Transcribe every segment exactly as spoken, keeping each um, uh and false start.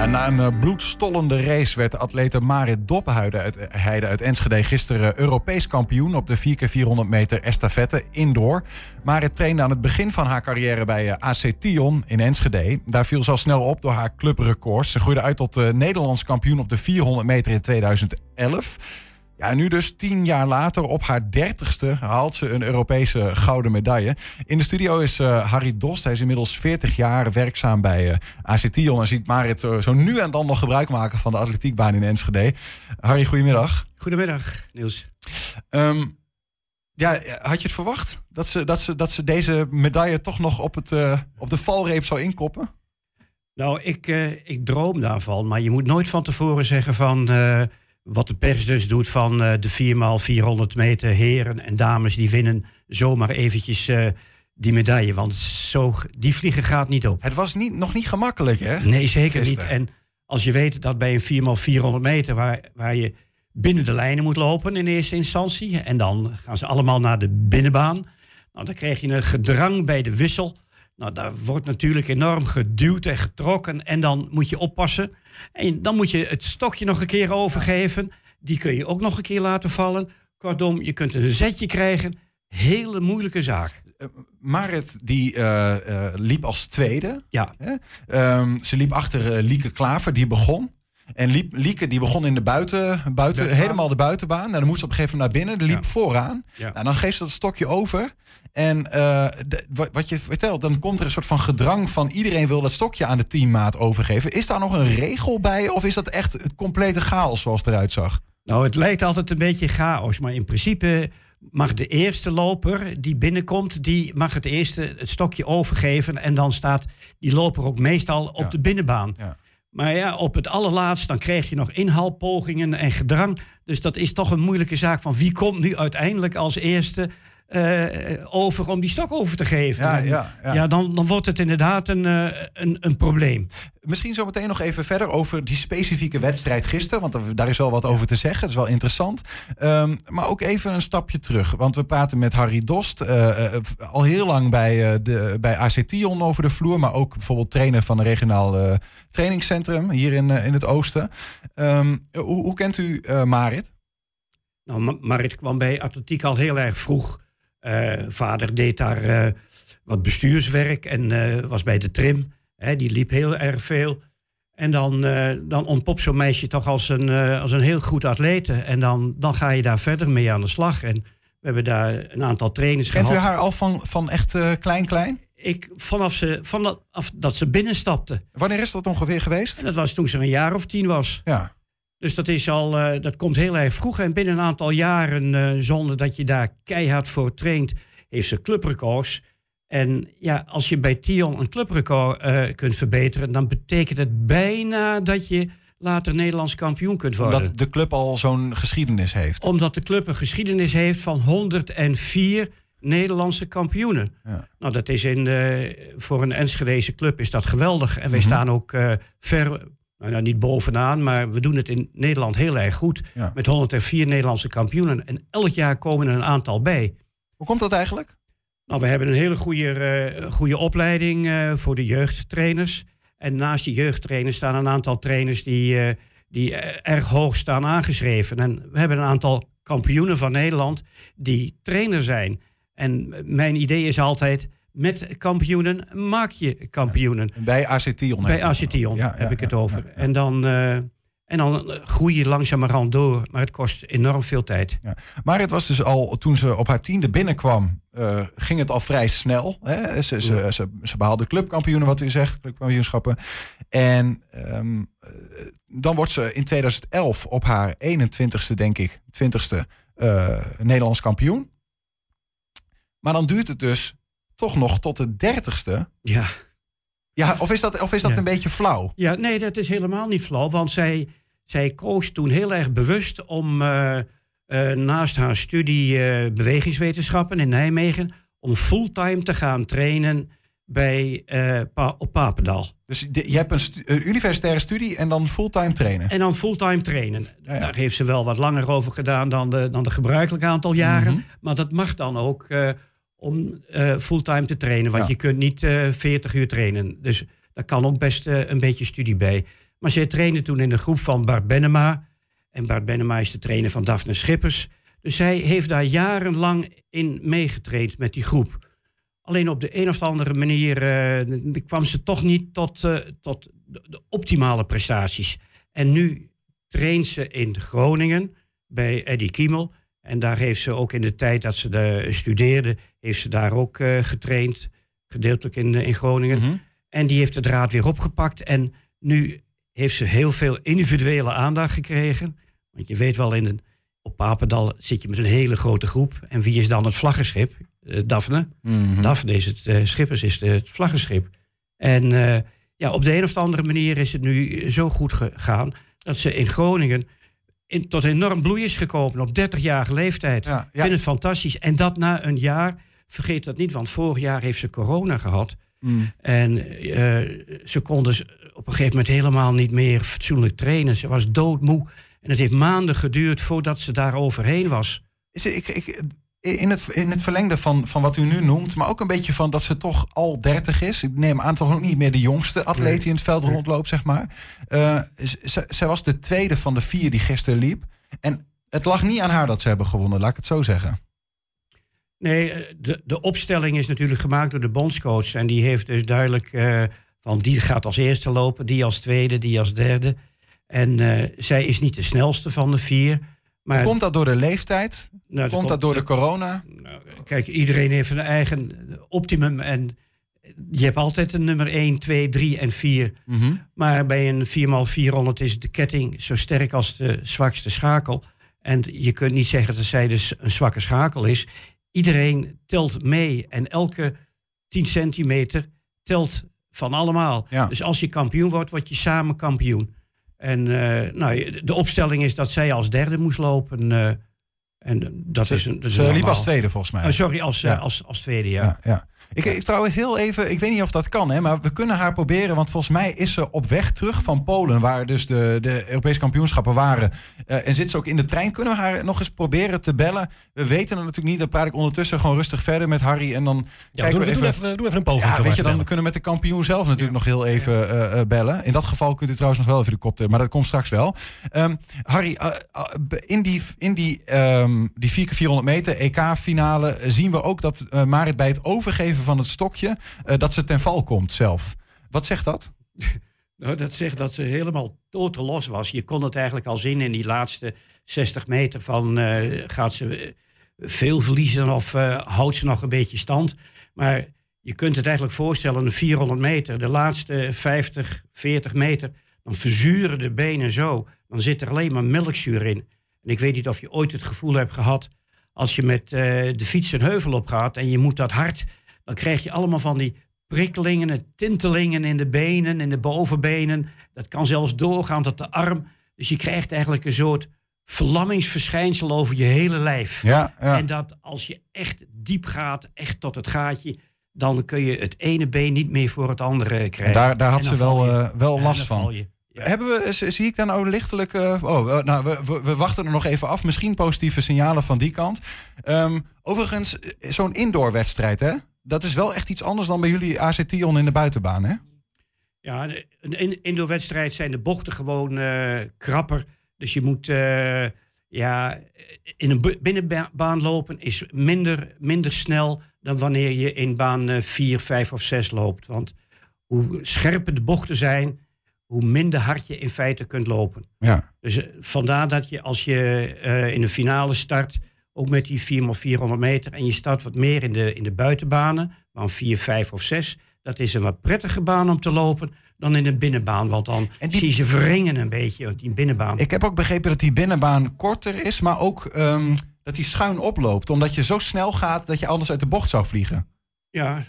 Ja, na een uh, bloedstollende race werd atlete Marit Dopheide uit, Heide uit Enschede gisteren Europees kampioen op de vier keer vierhonderd meter estafette indoor. Marit trainde aan het begin van haar carrière bij uh, A C Tion in Enschede. Daar viel ze al snel op door haar clubrecords. Ze groeide uit tot uh, Nederlands kampioen op de vierhonderd meter in tweeduizend elf. Ja, en nu dus tien jaar later, op haar dertigste, haalt ze een Europese gouden medaille. In de studio is uh, Harry Dost. Hij is inmiddels veertig jaar werkzaam bij uh, A C Tion. En ziet Marit uh, zo nu en dan nog gebruik maken van de atletiekbaan in Enschede. Harry, goedemiddag. Goedemiddag, Niels. Um, ja, had je het verwacht? Dat ze, dat ze, dat ze deze medaille toch nog op, het, uh, op de valreep zou inkoppen? Nou, ik, uh, ik droom daarvan. Maar je moet nooit van tevoren zeggen van... Uh, wat de pers dus doet van uh, de vier maal vierhonderd meter heren en dames... die winnen zomaar eventjes uh, die medaille. Want zo, die vliegen gaat niet op. Het was niet, nog niet gemakkelijk, hè? Nee, zeker Gisteren. niet. En als je weet dat bij een vier maal vierhonderd meter... Waar, waar je binnen de lijnen moet lopen in eerste instantie... en dan gaan ze allemaal naar de binnenbaan... Nou, dan krijg je een gedrang bij de wissel... Nou, daar wordt natuurlijk enorm geduwd en getrokken en dan moet je oppassen. En dan moet je het stokje nog een keer overgeven. Die kun je ook nog een keer laten vallen. Kortom, je kunt een zetje krijgen. Hele moeilijke zaak. Uh, Marit die uh, uh, liep als tweede. Ja. Hè? Um, ze liep achter uh, Lieke Klaver, die begon. En liep, Lieke die begon in de buiten, buiten helemaal de buitenbaan. Nou, dan moest ze op een gegeven moment naar binnen. Die liep ja. vooraan. Ja. Nou, dan geeft ze dat stokje over. En uh, de, wat je vertelt, dan komt er een soort van gedrang van... iedereen wil dat stokje aan de teammaat overgeven. Is daar nog een regel bij? Of is dat echt het complete chaos zoals het eruit zag? Nou, het lijkt altijd een beetje chaos. Maar in principe mag de eerste loper die binnenkomt... die mag het eerste het stokje overgeven. En dan staat die loper ook meestal op ja. de binnenbaan. Ja. Maar ja, op het allerlaatst, dan krijg je nog inhaalpogingen en gedrang. Dus dat is toch een moeilijke zaak van wie komt nu uiteindelijk als eerste uh, over om die stok over te geven. Ja, ja, ja. ja dan, dan wordt het inderdaad een, uh, een, een probleem. Misschien zo meteen nog even verder over die specifieke wedstrijd gisteren. Want daar is wel wat over te zeggen. Dat is wel interessant. Um, maar ook even een stapje terug. Want we praten met Harry Dost. Uh, uh, al heel lang bij, uh, de, bij A C Tion over de vloer. Maar ook bijvoorbeeld trainer van een regionaal uh, trainingscentrum hier in, uh, in het oosten. Um, hoe, hoe kent u uh, Marit? Nou, Marit kwam bij atletiek al heel erg vroeg. Uh, vader deed daar uh, wat bestuurswerk en uh, was bij de trim. He, die liep heel erg veel. En dan, uh, dan ontpopt zo'n meisje toch als een, uh, als een heel goed atlete. En dan, dan ga je daar verder mee aan de slag. En we hebben daar een aantal trainers Kent gehad. u haar al van, van echt uh, klein klein? Ik, vanaf, ze, vanaf dat ze binnenstapte. Wanneer is dat ongeveer geweest? En dat was toen ze een jaar of tien was. Ja. Dus dat, is al, uh, dat komt heel erg vroeg. En binnen een aantal jaren, uh, zonder dat je daar keihard voor traint... heeft ze clubrecords. En ja, als je bij Tion een clubrecord uh, kunt verbeteren... dan betekent het bijna dat je later Nederlands kampioen kunt worden. Omdat de club al zo'n geschiedenis heeft? Omdat de club een geschiedenis heeft van honderdvier Nederlandse kampioenen. Ja. Nou, dat is in, uh, voor een Enschedese club is dat geweldig. En wij mm-hmm. staan ook uh, ver... Nou, niet bovenaan, maar we doen het in Nederland heel erg goed. Ja. Met honderdvier Nederlandse kampioenen. En elk jaar komen er een aantal bij. Hoe komt dat eigenlijk? Nou, we hebben een hele goede, uh, goede opleiding uh, voor de jeugdtrainers. En naast die jeugdtrainers staan een aantal trainers die, uh, die erg hoog staan aangeschreven. En we hebben een aantal kampioenen van Nederland die trainer zijn. En mijn idee is altijd... met kampioenen maak je kampioenen. Ja, bij A C Tion. Bij A C Tion ja, heb ja, ik het ja, over. Ja, ja. En, dan, uh, en dan groei je langzamerhand door. Maar het kost enorm veel tijd. Ja. Maar het was dus al, toen ze op haar tiende binnenkwam... Uh, ging het al vrij snel. Hè? Ze, ze, ja. ze, ze behaalde clubkampioenen, wat u zegt. Clubkampioenschappen. En um, dan wordt ze in tweeduizend elf op haar eenentwintigste, denk ik... twintigste uh, Nederlands kampioen. Maar dan duurt het dus... toch nog tot de dertigste. Ja. Ja, of is dat, of is dat ja. een beetje flauw? Ja, nee, dat is helemaal niet flauw. Want zij, zij koos toen heel erg bewust om uh, uh, naast haar studie uh, bewegingswetenschappen in Nijmegen... om fulltime te gaan trainen bij, uh, pa- op Papendal. Dus de, je hebt een stu- uh, universitaire studie en dan fulltime trainen? En dan fulltime trainen. Ja, ja. Daar heeft ze wel wat langer over gedaan dan de, dan de gebruikelijke aantal jaren. Mm-hmm. Maar dat mag dan ook... Uh, om uh, fulltime te trainen. Want ja. je kunt niet uh, veertig uur trainen. Dus daar kan ook best uh, een beetje studie bij. Maar zij trainde toen in de groep van Bart Bennema. En Bart Bennema is de trainer van Daphne Schippers. Dus zij heeft daar jarenlang in meegetraind met die groep. Alleen op de een of andere manier uh, kwam ze toch niet tot, uh, tot de, de optimale prestaties. En nu traint ze in Groningen bij Eddy Kiemel. En daar heeft ze ook in de tijd dat ze de studeerde, heeft ze daar ook uh, getraind. Gedeeltelijk in, uh, in Groningen. Mm-hmm. En die heeft de draad weer opgepakt. En nu heeft ze heel veel individuele aandacht gekregen. Want je weet wel, in een, op Papendal zit je met een hele grote groep. En wie is dan het vlaggenschip? Uh, Daphne. Mm-hmm. Daphne is het, uh, Schippers is de, het vlaggenschip. En uh, ja, op de een of andere manier is het nu zo goed gegaan dat ze in Groningen in, tot enorm bloei is gekomen op dertigjarige leeftijd. Ja, ja. Ik vind het fantastisch. En dat na een jaar, vergeet dat niet, want vorig jaar heeft ze corona gehad. Mm. En uh, ze kon dus op een gegeven moment helemaal niet meer fatsoenlijk trainen. Ze was doodmoe. En het heeft maanden geduurd voordat ze daar overheen was. Is, ik, ik, in, het, in het verlengde van, van wat u nu noemt, maar ook een beetje van dat ze toch al dertig is. Ik neem aan toch ook niet meer de jongste atleet nee. die in het veld nee. rondloopt, zeg maar. Uh, z- zij was de tweede van de vier die gisteren liep. En het lag niet aan haar dat ze hebben gewonnen, laat ik het zo zeggen. Nee, de, de opstelling is natuurlijk gemaakt door de bondscoach. En die heeft dus duidelijk uh, van die gaat als eerste lopen, die als tweede, die als derde. En uh, zij is niet de snelste van de vier. Maar komt dat door de leeftijd? Nou, komt, komt dat door de corona? Nou, kijk, iedereen heeft een eigen optimum. En je hebt altijd een nummer één, twee, drie en vier. Mm-hmm. Maar bij een vier maal vierhonderd is de ketting zo sterk als de zwakste schakel. En je kunt niet zeggen dat zij dus een zwakke schakel is. Iedereen telt mee. En elke tien centimeter telt van allemaal. Ja. Dus als je kampioen wordt, word je samen kampioen. En uh, nou, de opstelling is dat zij als derde moest lopen. Uh, en dat ze is, dat is ze liep als tweede volgens mij. Oh, sorry, als, ja. uh, als, als tweede, ja. ja, ja. Ik, ik trouwens heel even, ik weet niet of dat kan, hè, maar we kunnen haar proberen. Want volgens mij is ze op weg terug van Polen, waar dus de, de Europese kampioenschappen waren. Uh, en zit ze ook in de trein. Kunnen we haar nog eens proberen te bellen? We weten het natuurlijk niet. Dan praat ik ondertussen gewoon rustig verder met Harry. En dan ja, doe, we even, doe, even, doe even een poging. Ja, weet je, dan bellen. Kunnen we met de kampioen zelf natuurlijk nog heel even uh, uh, bellen. In dat geval kunt u trouwens nog wel even de kop, maar dat komt straks wel. Um, Harry, uh, uh, in die, in die, um, die vier keer vierhonderd meter E K-finale zien we ook dat uh, Marit bij het overgeven van het stokje, uh, dat ze ten val komt zelf. Wat zegt dat? Nou, dat zegt dat ze helemaal totaal los was. Je kon het eigenlijk al zien in die laatste zestig meter van uh, gaat ze veel verliezen of uh, houdt ze nog een beetje stand. Maar je kunt het eigenlijk voorstellen, een vierhonderd meter, de laatste vijftig, veertig meter, dan verzuren de benen zo. Dan zit er alleen maar melkzuur in. En ik weet niet of je ooit het gevoel hebt gehad, als je met uh, de fiets een heuvel op gaat en je moet dat hard, dan krijg je allemaal van die prikkelingen, tintelingen in de benen, in de bovenbenen. Dat kan zelfs doorgaan tot de arm. Dus je krijgt eigenlijk een soort verlammingsverschijnsel over je hele lijf. Ja, ja. En dat als je echt diep gaat, echt tot het gaatje, dan kun je het ene been niet meer voor het andere krijgen. En daar, daar had ze wel, uh, wel ja, last van. Ja. Hebben we, zie ik dan nou lichtelijk... Uh, oh, nou, we, we, we wachten er nog even af. Misschien positieve signalen van die kant. Um, overigens, zo'n indoorwedstrijd, hè? Dat is wel echt iets anders dan bij jullie A C Tion in de buitenbaan, hè? Ja, een indoorwedstrijd zijn de bochten gewoon uh, krapper. Dus je moet uh, ja, in een binnenbaan lopen is minder, minder snel dan wanneer je in baan vier, vijf of zes loopt. Want hoe scherper de bochten zijn, hoe minder hard je in feite kunt lopen. Ja. Dus uh, vandaar dat je als je uh, in de finale start, ook met die vier maal vierhonderd meter, en je start wat meer in de, in de buitenbanen, baan vier, vijf of zes, dat is een wat prettige baan om te lopen dan in de binnenbaan. Want dan die, zie je ze wringen een beetje, die binnenbaan. Ik heb ook begrepen dat die binnenbaan korter is, maar ook um, dat die schuin oploopt. Omdat je zo snel gaat dat je anders uit de bocht zou vliegen. Ja,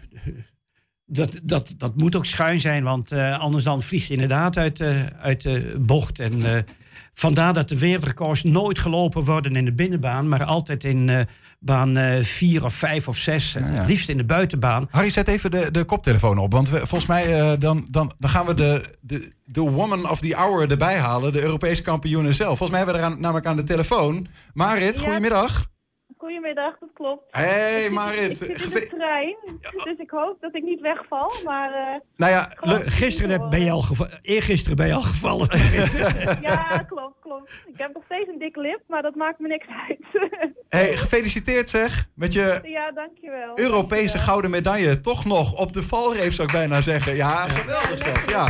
dat, dat, dat moet ook schuin zijn, want uh, anders dan vlieg je inderdaad uit, uh, uit de bocht. En uh, vandaar dat de wereldrecords nooit gelopen worden in de binnenbaan, maar altijd in uh, baan uh, vier of vijf of zes. Ja, ja. Het liefst in de buitenbaan. Harry, zet even de, de koptelefoon op, want we, volgens mij uh, dan, dan, dan gaan we de, de, de woman of the hour erbij halen, de Europese kampioene zelf. Volgens mij hebben we er aan, namelijk aan de telefoon. Marit, ja. Goedemiddag. Goedemiddag, dat klopt. Hey Marit. Ik zit in de trein, dus ik hoop dat ik niet wegval. Maar, uh, nou ja, le- gisteren ben je al gevallen. Eergisteren ben je al gevallen. Ja, klopt, klopt. Ik heb nog steeds een dikke lip, maar dat maakt me niks uit. Hey, gefeliciteerd zeg. Met je ja, dankjewel. Europese dankjewel. gouden medaille. Toch nog op de valreep zou ik bijna zeggen. Ja, geweldig zeg. Ja.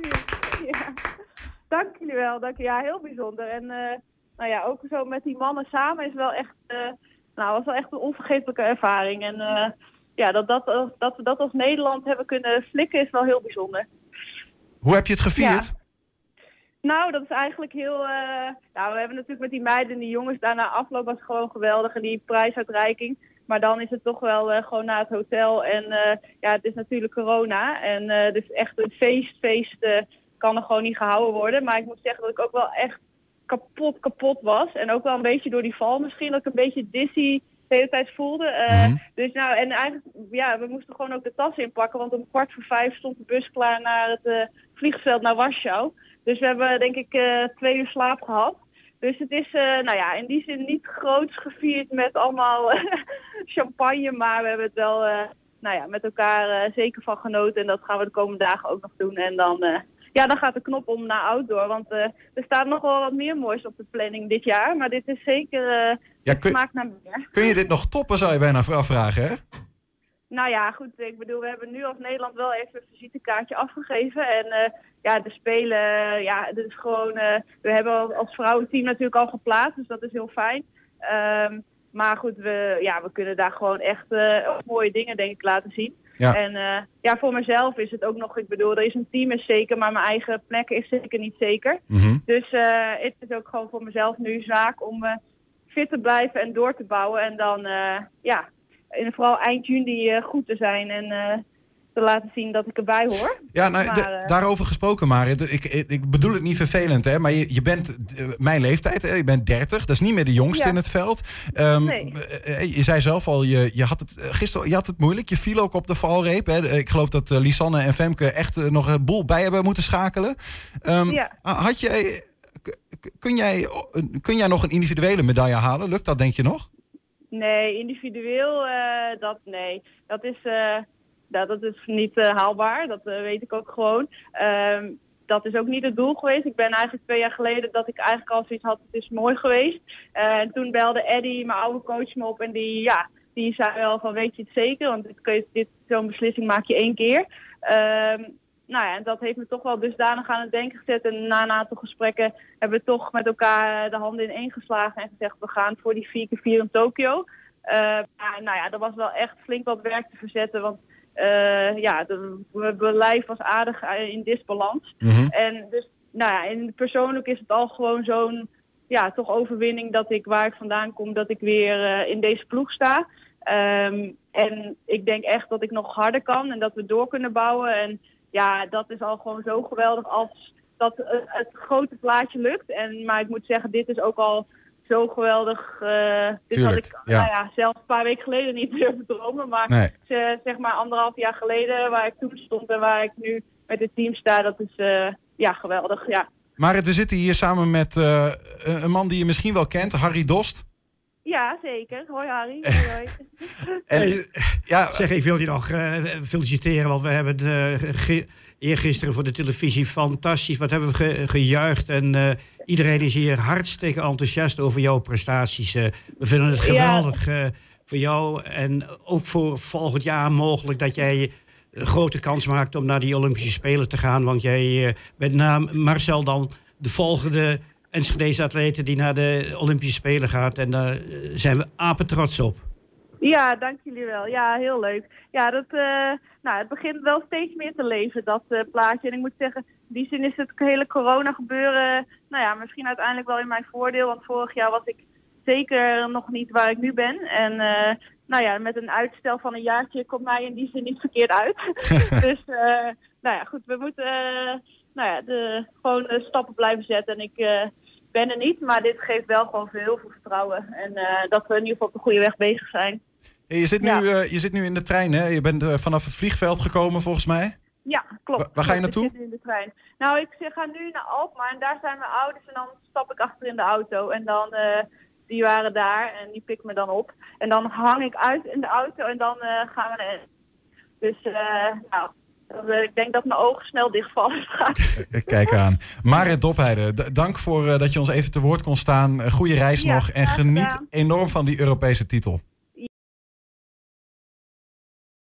Ja. Dank jullie wel. Dank, ja, heel bijzonder. En uh, nou ja, ook zo met die mannen samen is wel echt... Uh, Nou, was wel echt een onvergetelijke ervaring. En uh, ja, dat, dat, dat we dat als Nederland hebben kunnen flikken is wel heel bijzonder. Hoe heb je het gevierd? Ja. Nou, dat is eigenlijk heel... Uh, nou, we hebben natuurlijk met die meiden en die jongens daarna afloop was gewoon geweldig. En die prijsuitreiking. Maar dan is het toch wel uh, gewoon naar het hotel. En uh, ja, het is natuurlijk corona. En uh, dus echt een feest, feest uh, kan er gewoon niet gehouden worden. Maar ik moet zeggen dat ik ook wel echt... kapot, kapot was. En ook wel een beetje door die val misschien, dat ik een beetje dizzy de hele tijd voelde. Uh, mm-hmm. Dus nou, en eigenlijk, ja, we moesten gewoon ook de tas inpakken, want om kwart voor vijf stond de bus klaar naar het uh, vliegveld naar Warschau. Dus we hebben denk ik uh, twee uur slaap gehad. Dus het is, uh, nou ja, in die zin niet groots gevierd met allemaal champagne, maar we hebben het wel, uh, nou ja, met elkaar uh, zeker van genoten. En dat gaan we de komende dagen ook nog doen. En dan... Uh, Ja, dan gaat de knop om naar outdoor, want uh, er staat nog wel wat meer moois op de planning dit jaar. Maar dit is zeker, uh, ja, kun, smaakt naar meer. Kun je dit nog toppen, zou je bijna afvragen, hè? Nou ja, goed, ik bedoel, we hebben nu als Nederland wel even een visitekaartje afgegeven. En uh, ja, de Spelen, uh, ja, dit is gewoon, uh, we hebben als vrouwenteam natuurlijk al geplaatst, dus dat is heel fijn. Um, maar goed, we, ja, we kunnen daar gewoon echt uh, mooie dingen, denk ik, laten zien. Ja. En uh, ja, voor mezelf is het ook nog, ik bedoel, er is een team is zeker, maar mijn eigen plek is zeker niet zeker. Mm-hmm. Dus uh, het is ook gewoon voor mezelf nu zaak om uh, fit te blijven en door te bouwen. En dan, uh, ja, en vooral eind juni uh, goed te zijn en uh, te laten zien dat ik erbij hoor. Ja, nou, maar, de, uh, daarover gesproken, Marit. Ik, ik, ik bedoel het niet vervelend, hè, maar je, je bent uh, mijn leeftijd, hè, je bent dertig. Dat is niet meer de jongste ja. in het veld. Um, nee. uh, je zei zelf al, je, je had het uh, gisteren, je had het moeilijk. Je viel ook op de valreep. Hè. Ik geloof dat uh, Lisanne en Femke echt uh, nog een boel bij hebben moeten schakelen. Um, ja. Had jij, kun, jij, kun jij nog een individuele medaille halen? Lukt dat, denk je nog? Nee, individueel, uh, dat nee. Dat is... Uh, Dat, dat is niet uh, haalbaar, dat uh, weet ik ook gewoon. Um, dat is ook niet het doel geweest. Ik ben eigenlijk twee jaar geleden dat ik eigenlijk al zoiets had, het is mooi geweest. Uh, en toen belde Eddie, mijn oude coach, me op en die, ja, die zei wel van weet je het zeker, want dit, dit, zo'n beslissing maak je één keer. Um, nou ja, en dat heeft me toch wel dusdanig aan het denken gezet. En na een aantal gesprekken hebben we toch met elkaar de handen in één geslagen en gezegd we gaan voor die vier keer vier in Tokio. Uh, nou ja, dat was wel echt flink wat werk te verzetten, want Uh, ja, mijn lijf was aardig in disbalans. Mm-hmm. En dus, nou ja, en persoonlijk is het al gewoon zo'n, ja, toch overwinning dat ik, waar ik vandaan kom, dat ik weer uh, in deze ploeg sta. Um, en ik denk echt dat ik nog harder kan en dat we door kunnen bouwen. En ja, dat is al gewoon zo geweldig als dat uh, het grote plaatje lukt. En, maar ik moet zeggen, dit is ook al zo geweldig. Uh, dit Tuurlijk, had ik ja. Nou ja, zelfs een paar weken geleden niet durven dromen. Maar nee. uh, zeg maar anderhalf jaar geleden waar ik toen stond en waar ik nu met het team sta, dat is uh, ja, geweldig. Ja. Maar we zitten hier samen met uh, een man die je misschien wel kent, Harry Dost. Ja, zeker. Hoi Harry. Hoi, hoi. en, ja, zeg, ik wil je nog uh, feliciteren, want we hebben de, ge, eergisteren voor de televisie fantastisch. Wat hebben we ge, gejuicht en uh, iedereen is hier hartstikke enthousiast over jouw prestaties. Uh, we vinden het geweldig uh, voor jou en ook voor volgend jaar mogelijk dat jij een grote kans maakt om naar die Olympische Spelen te gaan. Want jij uh, bent na Marcel dan de volgende Enschedese atleten die naar de Olympische Spelen gaat. En daar uh, zijn we apen trots op. Ja, dank jullie wel. Ja, heel leuk. Ja, dat, uh, nou, het begint wel steeds meer te leven, dat uh, plaatje. En ik moet zeggen, in die zin is het hele corona gebeuren, nou ja, misschien uiteindelijk wel in mijn voordeel. Want vorig jaar was ik zeker nog niet waar ik nu ben. En uh, nou ja, met een uitstel van een jaartje komt mij in die zin niet verkeerd uit. dus, uh, nou ja, goed, we moeten uh, nou ja, de, gewoon uh, stappen blijven zetten. En ik uh, ben er niet, maar dit geeft wel gewoon heel veel vertrouwen. En uh, dat we in ieder geval op de goede weg bezig zijn. Je zit, nu, ja. uh, je zit nu in de trein, hè? Je bent uh, vanaf het vliegveld gekomen, volgens mij. Ja, klopt. Wa- waar ga je naartoe? Ik zit in de trein. Nou, ik ga nu naar Alkmaar en daar zijn mijn ouders en dan stap ik achter in de auto. En dan uh, die waren daar en die pikt me dan op. En dan hang ik uit in de auto en dan uh, gaan we naar. Dus uh, nou, ik denk dat mijn ogen snel dichtvallen. Kijk aan. Marit Dopheide, d- dank voor uh, dat je ons even te woord kon staan. Goede reis ja, nog en geniet gedaan. enorm van die Europese titel.